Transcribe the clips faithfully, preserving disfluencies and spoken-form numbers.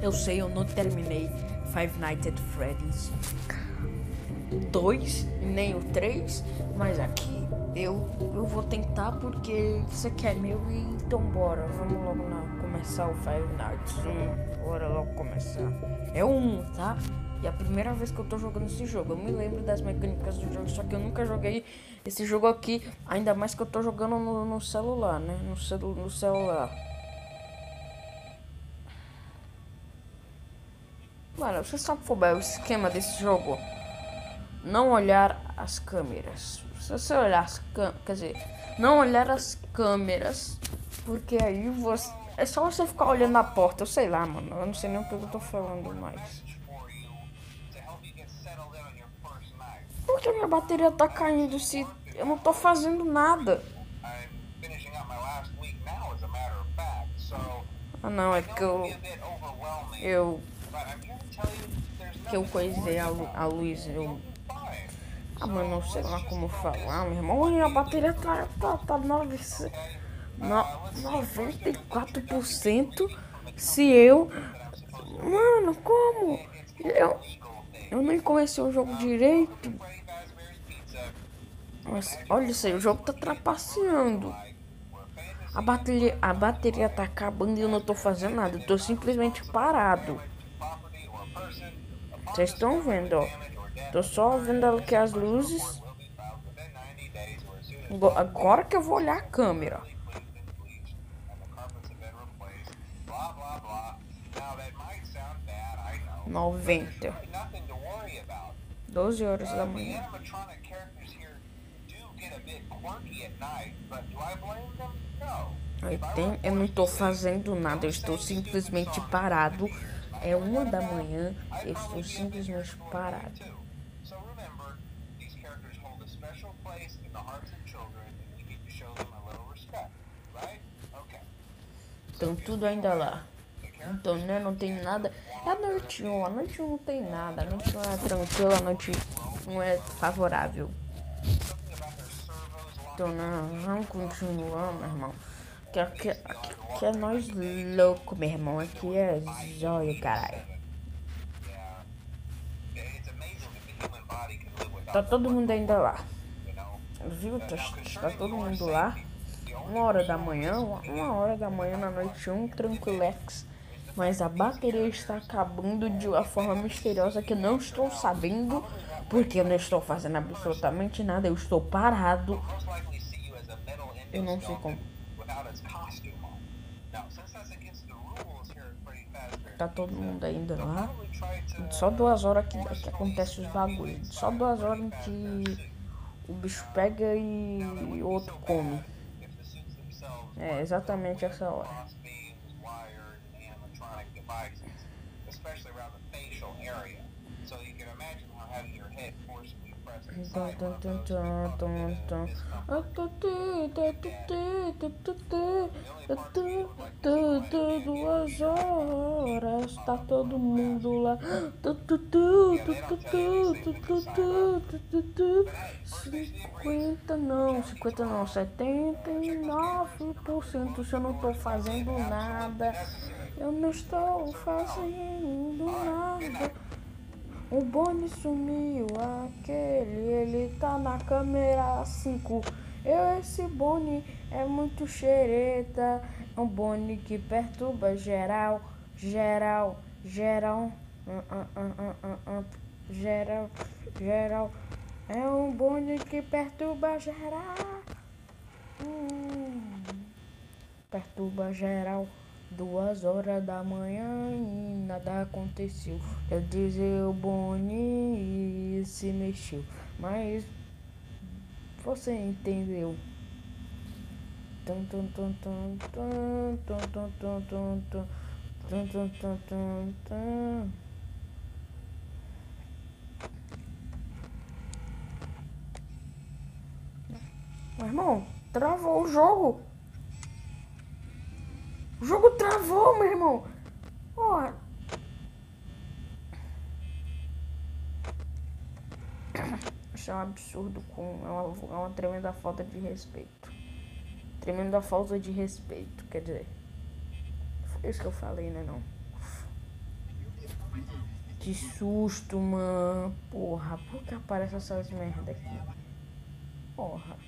Eu sei, eu não terminei Five Nights at Freddy's dois, nem o três, mas aqui eu, eu vou tentar porque você quer meu e então bora. Vamos logo lá começar o Five Nights. Hum, bora logo começar. É o um, tá? E é a primeira vez que eu tô jogando esse jogo. Eu me lembro das mecânicas do jogo, só que eu nunca joguei esse jogo aqui. Ainda mais que eu tô jogando no, no celular, né? No, celu, no celular. Mano, você sabe qual é o esquema desse jogo? Não olhar as câmeras. Se você olhar as câmeras, quer dizer, não olhar as câmeras, porque aí você... É só você ficar olhando a porta, eu sei lá, mano. Eu não sei nem o que eu tô falando mais. Por que minha bateria tá caindo se eu não tô fazendo nada? Ah não, é que eu... Eu... Que eu coisei a, lu, a luz, eu... Ah, mano, não sei lá como falar, meu irmão. A bateria tá, tá, tá nove, no, noventa e quatro por cento. Se eu... Mano, como? Eu, eu nem conheci o jogo direito. Mas, olha isso aí, o jogo tá trapaceando. A bateria, a bateria tá acabando e eu não tô fazendo nada. Eu tô simplesmente parado. Vocês estão vendo, ó. Tô só vendo aqui as luzes. Agora que eu vou olhar a câmera. noventa. doze horas da manhã. Aí tem, eu não tô fazendo nada, eu estou simplesmente parado. É uma da manhã, eu estou simplesmente parado. Estão tudo ainda lá. Então, né, não tem nada. É a noite um, a noite um não tem nada. A noite um é tranquila, a noite um é favorável. Então, né, vamos continuar, meu irmão. Que aqui, aqui, aqui é nós louco, meu irmão. Aqui é zóio, caralho. Tá todo mundo ainda lá. Viu? Tá, tá todo mundo lá. Uma hora da manhã, uma hora da manhã na noite um, tranquilex. Mas a bateria está acabando de uma forma misteriosa que eu não estou sabendo. Porque eu não estou fazendo absolutamente nada. Eu estou parado. Eu não sei como. Tá todo mundo ainda lá. Só duas horas que, que acontece os bagulhos. Só duas horas em que o bicho pega e o outro come. É exatamente essa hora. Duas horas, tá todo mundo lá. Cinquenta não, cinquenta não, setenta e nove por cento. Se eu não tô fazendo nada, eu não estou fazendo nada. O Bonnie sumiu, aquele, ele tá na câmera cinco. Eu, esse Bonnie é muito xereta. É um Bonnie que perturba geral, geral, geral, uh, uh, uh, uh, uh, geral, geral. É um Bonnie que perturba geral. Hum, perturba geral. Duas horas da manhã e nada aconteceu. Quer dizer, o Bonnie se mexeu. Mas você entendeu? Tum, tum, tum, tum, tum, tum, tum, tum, tum, tum, tum, tum, tum, tum, tum. Meu irmão, travou o jogo. O jogo travou, meu irmão. Ó. Isso é um absurdo, com é uma, é uma tremenda falta de respeito. Tremenda falta de respeito, quer dizer. Foi isso que eu falei, né, não? Que susto, mano. Porra, por que aparece essas merda aqui? Porra.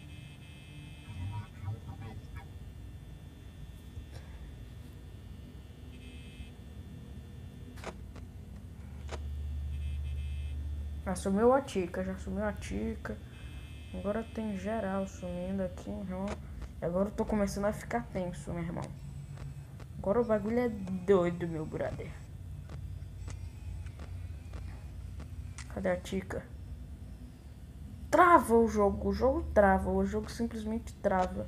Já sumiu a Tica, já sumiu a Tica. Agora tem geral sumindo aqui, meu irmão. E agora eu tô começando a ficar tenso, meu irmão. Agora o bagulho é doido, meu brother. Cadê a Tica? Trava o jogo, o jogo trava, o jogo simplesmente trava.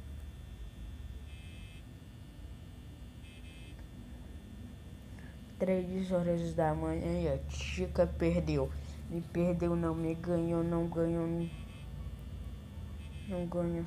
Três horas da manhã e a Tica perdeu. Me perdeu não, me ganhou, não ganhou, não, não ganhou.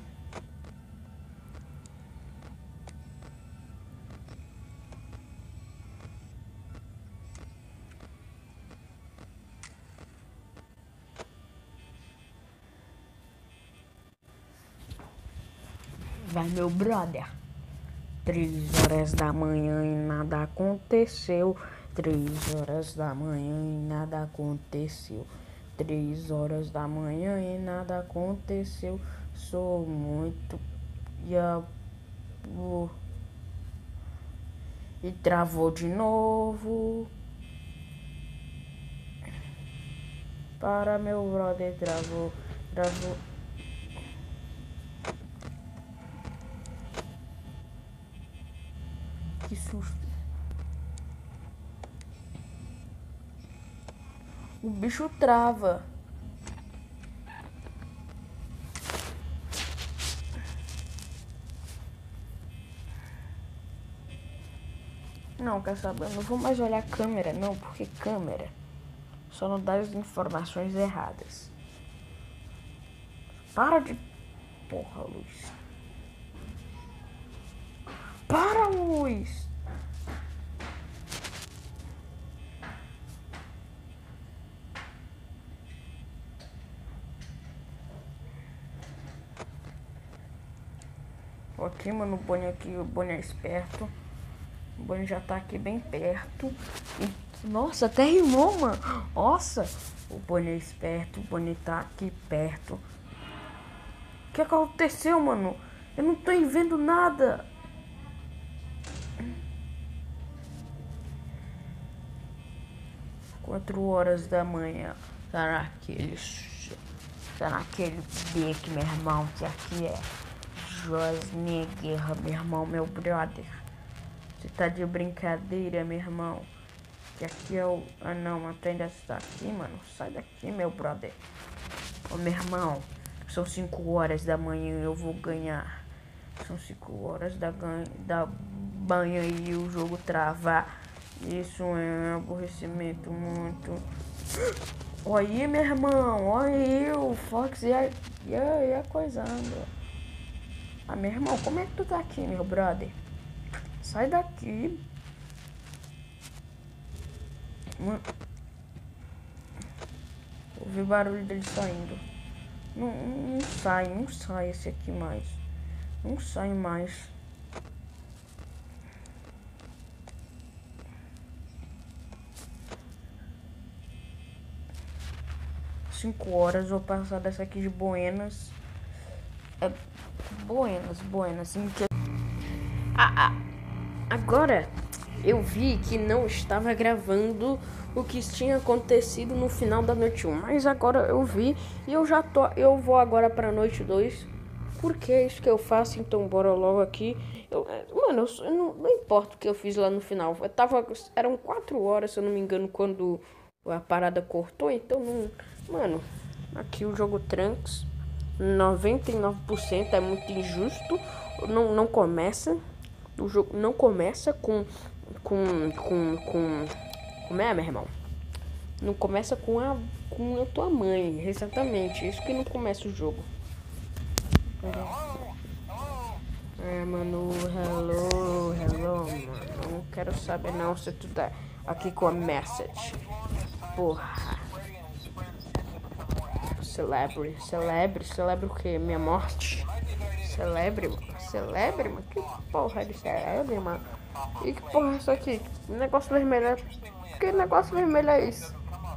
Vai, meu brother. Três horas da manhã e nada aconteceu. Três horas da manhã e nada aconteceu. Três horas da manhã e nada aconteceu. Sou muito e a e travou de novo. Para, meu brother, travou, travou. Que susto. O bicho trava. Não, quer saber? Eu não vou mais olhar a câmera, não, porque câmera só não dá as informações erradas. Para de... Porra, Luiz. Para, Luiz. Ok, mano, o Bonnie aqui, o Bonnie é esperto. O Bonnie já tá aqui bem perto. E, nossa, até rimou, mano. Nossa, o Bonnie é esperto, o Bonnie tá aqui perto. O que aconteceu, mano? Eu não tô vendo nada. Quatro horas da manhã. Tá naquele... Tá naquele beco, meu irmão, que aqui é Schwarzenegger, meu irmão, meu brother. Você tá de brincadeira, meu irmão. Que aqui é o... Ah, não, mas tu ainda está aqui, mano. Sai daqui, meu brother. Ô, meu irmão, são cinco horas da manhã e eu vou ganhar. São cinco horas da, ganha, da manhã e o jogo travar. Isso é um aborrecimento muito... Olha aí, meu irmão. Olha aí, o Fox ia, ia, ia coisando. Ah, meu irmão, como é que tu tá aqui, meu brother? Sai daqui. Mano. Ouvi o barulho dele saindo. Não, não sai, não sai esse aqui mais. Não sai mais. Cinco horas, vou passar dessa aqui de Buenas. É, Buenas, Buenas. Ah, ah, agora eu vi que não estava gravando o que tinha acontecido no final da noite um. Mas agora eu vi e eu já tô. Eu vou agora pra noite dois. Porque é isso que eu faço, então bora logo aqui. Eu, mano, eu, eu não, não importa o que eu fiz lá no final. Eu tava, eram quatro horas, se eu não me engano, quando a parada cortou. Então, não, mano, aqui o jogo Trunks, noventa e nove por cento é muito injusto. Não, não começa. O jogo não começa com, com, com, com... Como é, meu irmão? Não começa com a, com a tua mãe, exatamente. Isso que não começa o jogo. É, mano, hello, hello, mano. Não quero saber não se tu tá aqui com a message. Porra. Celebre, celebre, celebre o que? Minha morte? Celebre, mano. Celebre, mano. Que porra de celebre, mano? E que porra é isso aqui? O negócio vermelho é... Que negócio vermelho é isso?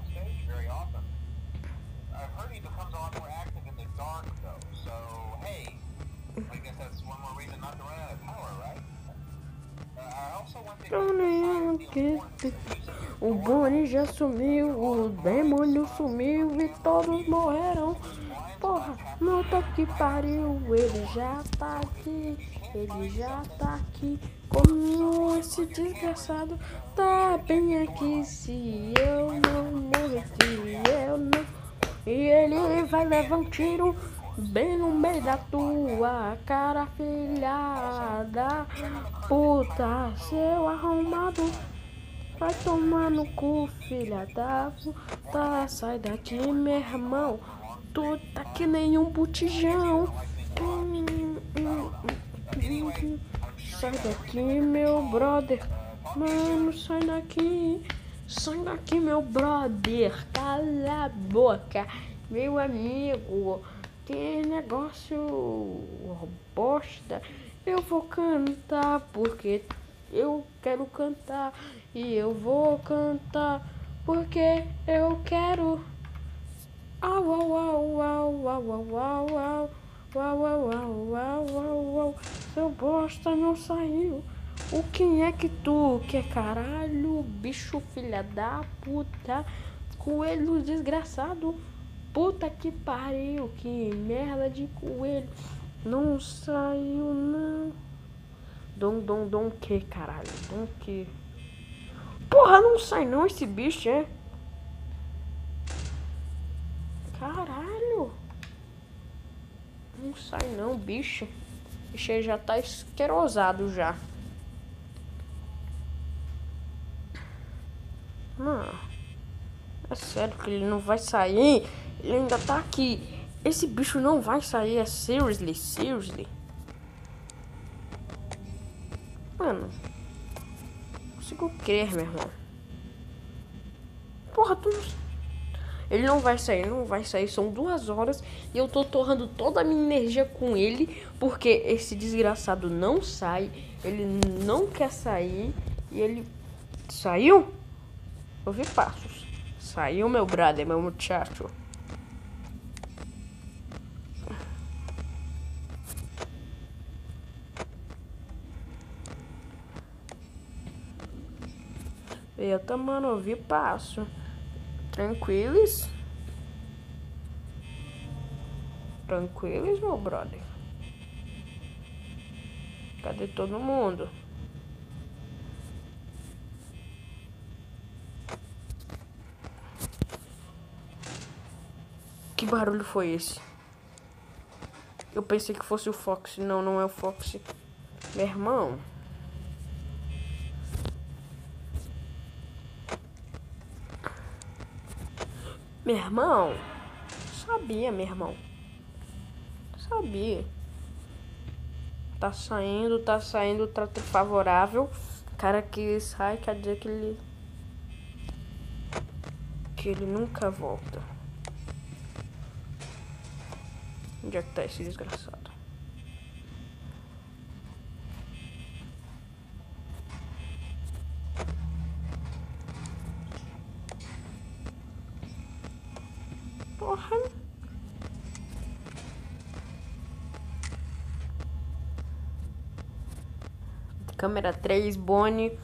O Bonnie já sumiu, o demônio sumiu e todos morreram. Porra, puta que pariu, ele já tá aqui, ele já tá aqui. Como esse desgraçado tá bem aqui. Se eu não morrer, se eu não. E ele vai levar um tiro bem no meio da tua cara, filhada puta, seu arrombado. Vai tomar no cu, filha da puta. Sai daqui, meu irmão. Tu tá que nem um botijão. Hum, hum, hum, hum. Sai daqui, meu brother. Mano, sai daqui. Sai daqui, meu brother. Cala a boca, meu amigo. Que negócio bosta. Eu vou cantar porque eu quero cantar. E eu vou cantar porque eu quero. Au, au, au, au, au, au, au, au. Au, au, au, au, au, au. Seu bosta não saiu. O que é que tu quer, caralho? Bicho, filha da puta. Coelho desgraçado. Puta que pariu. Que merda de coelho. Não saiu, não. Dom, dom, dom que, caralho? Dom que? Porra, não sai não esse bicho, é? Caralho. Não sai não, bicho. O bicho aí já tá esquerosado já. Mano, é sério que ele não vai sair? Ele ainda tá aqui. Esse bicho não vai sair, é seriously, seriously. Mano, não consigo crer, meu irmão. Porra, tu... Ele não vai sair, não vai sair. São duas horas e eu tô torrando toda a minha energia com ele. Porque esse desgraçado não sai. Ele não quer sair. E ele... Saiu? Ouvi passos. Saiu, meu brother, meu muchacho. Eita, mano, ouvi passo. Tranquilos? Tranquilos, meu brother? Cadê todo mundo? Que barulho foi esse? Eu pensei que fosse o Fox. Não, não é o Fox. Meu irmão. Meu irmão. Sabia, meu irmão. Sabia. Tá saindo, tá saindo trato favorável. Cara que sai quer dizer que ele... Que ele nunca volta. Onde é que tá esse desgraçado? Porra. Câmera três, Bonnie.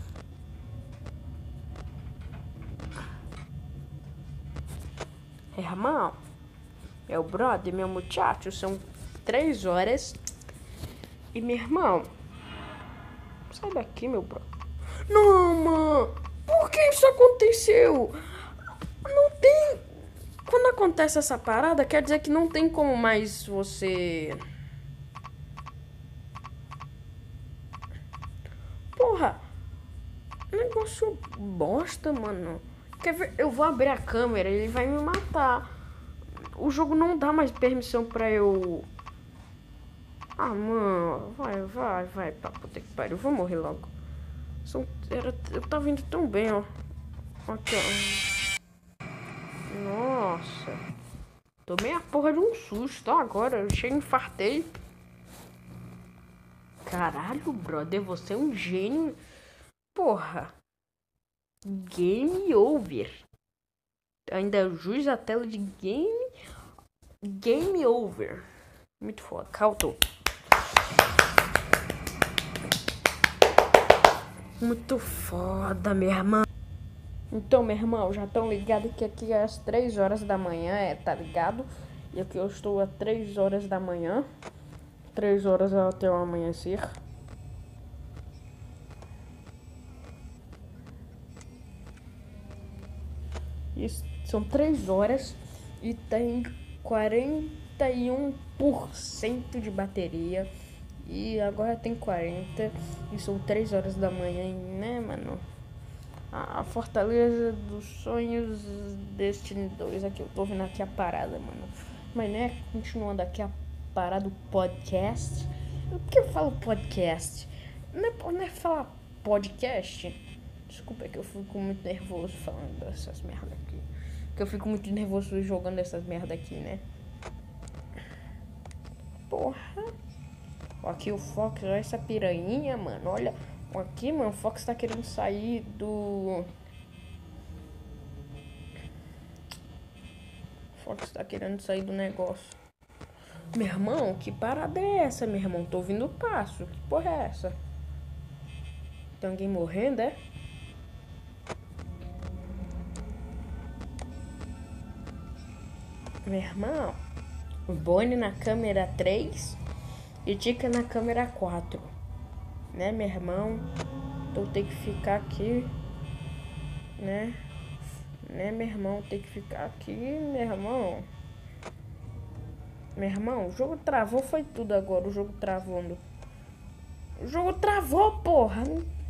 Irmão. Meu brother, meu muchacho, são três horas. E meu irmão. Sai daqui, meu brother. Não, mano. Por que isso aconteceu? Não tem... Quando acontece essa parada, quer dizer que não tem como mais você... Porra. Negócio bosta, mano. Quer ver? Eu vou abrir a câmera e ele vai me matar. O jogo não dá mais permissão pra eu... Ah, mano. Vai, vai, vai. Pra puta que pariu. Eu vou morrer logo. São... Era... Eu tava indo tão bem, ó. Aqui, ó. Nossa. Tomei a porra de um susto agora. Eu cheguei e infartei. Caralho, brother. Você é um gênio. Porra. Game over. Ainda jus a tela de game. Game over. Muito foda. Cautou. Muito foda, meu irmão. Então, meu irmão, já estão ligados que aqui é às três horas da manhã, é, tá ligado? E aqui eu estou às três horas da manhã. três horas até o amanhecer. Isso, são três horas e tem quarenta e um por cento de bateria. E agora tem quarenta por cento e são três horas da manhã, né, mano? A Fortaleza dos Sonhos Destiny dois. Aqui eu tô vendo aqui a parada, mano. Mas né, continuando aqui a parada do podcast. Por que eu falo podcast? Não é, não é falar podcast? Desculpa, é que eu fico muito nervoso falando dessas merda aqui. Que eu fico muito nervoso jogando essas merda aqui, né? Porra. Aqui o Fox, olha essa piranha, mano. Olha. Aqui, mano, o Fox tá querendo sair do... O Fox tá querendo sair do negócio. Meu irmão, que parada é essa, meu irmão? Tô ouvindo o passo. Que porra é essa? Tem alguém morrendo, é? Meu irmão, o Bonnie na câmera três e Tica na câmera quatro. Né, meu irmão? Então tem que ficar aqui, né? Né, meu irmão? Tem que ficar aqui, meu irmão. Meu irmão, o jogo travou, foi tudo agora, o jogo travando. O jogo travou, porra!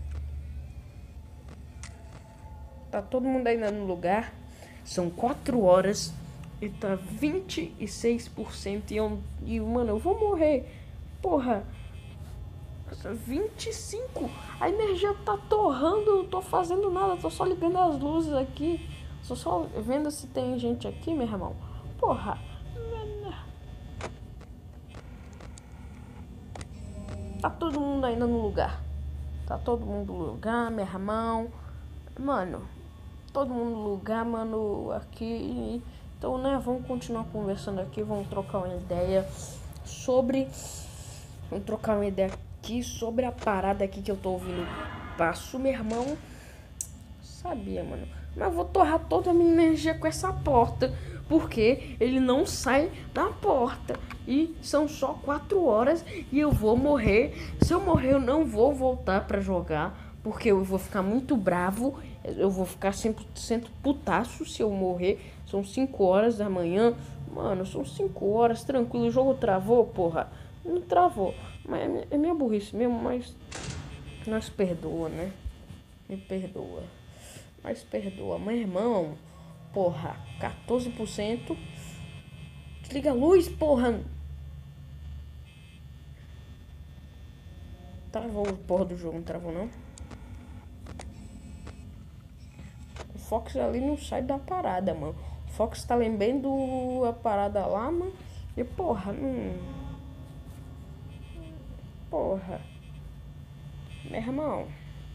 Tá todo mundo ainda no lugar. São quatro horas e tá vinte e seis por cento e, eu, e, mano, eu vou morrer. Porra! vinte e cinco. A energia tá torrando. Eu não tô fazendo nada. Tô só ligando as luzes aqui. Tô só vendo se tem gente aqui, meu irmão. Porra. Tá todo mundo ainda no lugar. Tá todo mundo no lugar, meu irmão. Mano, todo mundo no lugar, mano. Aqui. Então, né, vamos continuar conversando aqui. Vamos trocar uma ideia sobre... Vamos trocar uma ideia aqui sobre a parada aqui que eu tô ouvindo. Passo, meu irmão. Sabia, mano. Mas eu vou torrar toda a minha energia com essa porta. Porque ele não sai da porta. E são só quatro horas e eu vou morrer. Se eu morrer, eu não vou voltar pra jogar. Porque eu vou ficar muito bravo. Eu vou ficar cem por cento putaço se eu morrer. São cinco horas da manhã. Mano, são cinco horas, tranquilo. O jogo travou, porra. Não travou. Mas é minha burrice mesmo, mas... Nós perdoa, né? Me perdoa. Mas perdoa. Meu irmão... Porra, quatorze por cento. Desliga a luz, porra. Travou a porra do jogo, não travou não? O Fox ali não sai da parada, mano. O Fox tá lembrando a parada lá, mano. E porra, não... Porra. Meu irmão.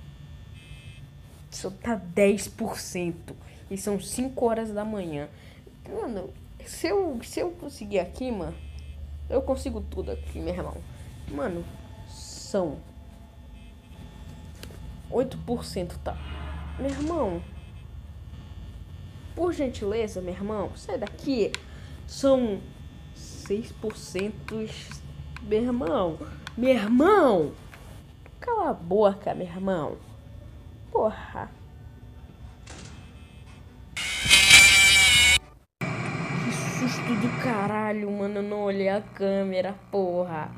Só tá dez por cento. E são cinco horas da manhã. Mano, se eu, se eu conseguir aqui, mano, eu consigo tudo aqui, meu irmão. Mano, são oito por cento, tá? Meu irmão, por gentileza, meu irmão, sai daqui. São seis por cento. Meu irmão, meu irmão. Cala a boca, meu irmão. Porra. Susto do caralho, mano, eu não olhei a câmera, porra.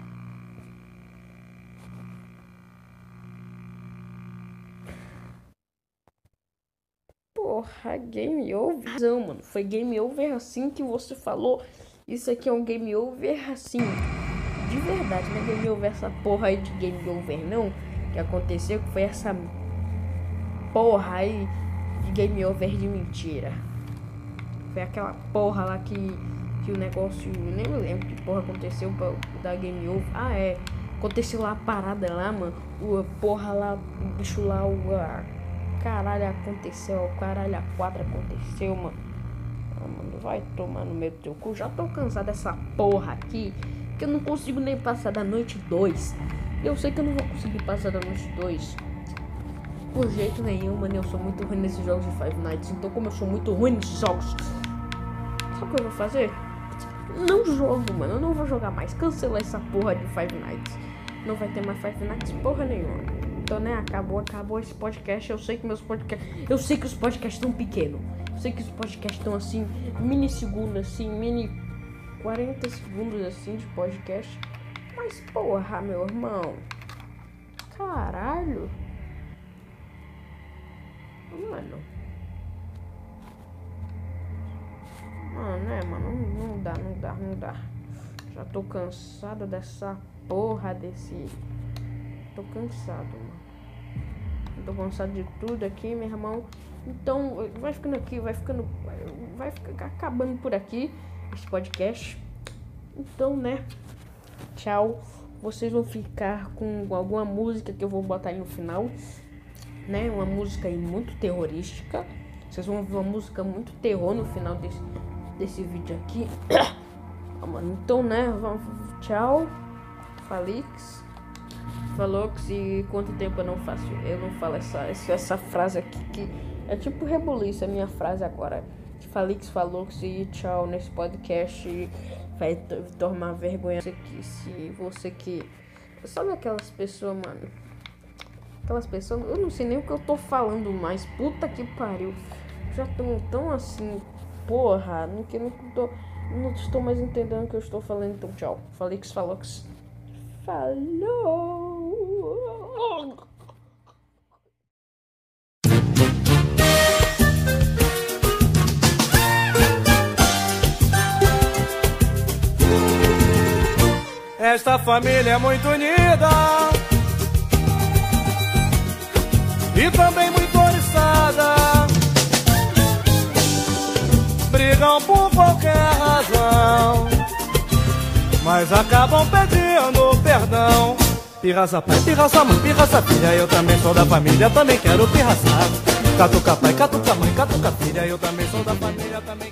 Porra, game over. Não, mano, foi game over assim que você falou. Isso aqui é um game over assim. De verdade, não é game over essa porra aí de game over, não. Que aconteceu, que foi essa porra aí de game over de mentira. Foi aquela porra lá que, que o negócio... Nem me lembro que porra aconteceu pra dar game over. Ah, é. Aconteceu lá a parada lá, mano. O porra lá, o bicho lá, o... A, caralho aconteceu, o caralho a quatro aconteceu, mano. Ah, mano, vai tomar no meio do teu cu. Já tô cansado dessa porra aqui, que eu não consigo nem passar da noite dois. Eu sei que eu não vou conseguir passar da noite dois por jeito nenhum, mano. Eu sou muito ruim nesses jogos de Five Nights. Então, como eu sou muito ruim nesses jogos, sabe o que eu vou fazer? Não jogo, mano. Eu não vou jogar mais. Cancelar essa porra de Five Nights. Não vai ter mais Five Nights porra nenhuma. Então, né, acabou, acabou esse podcast. Eu sei que meus podcasts... Eu sei que os podcasts estão pequenos. Eu sei que os podcasts estão, assim, mini segundos, assim, mini quarenta segundos, assim, de podcast. Mas, porra, meu irmão. Caralho. Mano. Mano, né, mano? Não, não dá, não dá, não dá. Já tô cansado dessa porra desse... Tô cansado, mano. Tô cansado de tudo aqui, meu irmão. Então, vai ficando aqui, vai ficando... Vai ficar acabando por aqui esse podcast. Então, né? Tchau. Vocês vão ficar com alguma música que eu vou botar aí no final, né? Uma música aí muito terrorística. Vocês vão ver uma música muito terror no final desse, desse vídeo aqui. Ah, mano, então, né? Vamos, tchau. Falix. Falou que se quanto tempo eu não faço, eu não falo essa, essa, essa frase aqui que é tipo rebuliço a minha frase agora. Falix falou que se tchau nesse podcast vai tomar vergonha. Você que, se você que... Sabe aquelas pessoas, mano? Aquelas pessoas... Eu não sei nem o que eu tô falando mais. Puta que pariu. Já tão, tão assim... Porra. Não, que, não, tô, não estou mais entendendo o que eu estou falando. Então, tchau. Falix, Falux. Falou. Esta família é muito unida e também muito oriçada. Brigam por qualquer razão, mas acabam pedindo perdão. Pirraça pai, pirraça mãe, pirraça filha. Eu também sou da família, também quero pirraçar. Catuca pai, catuca mãe, catuca filha. Eu também sou da família, também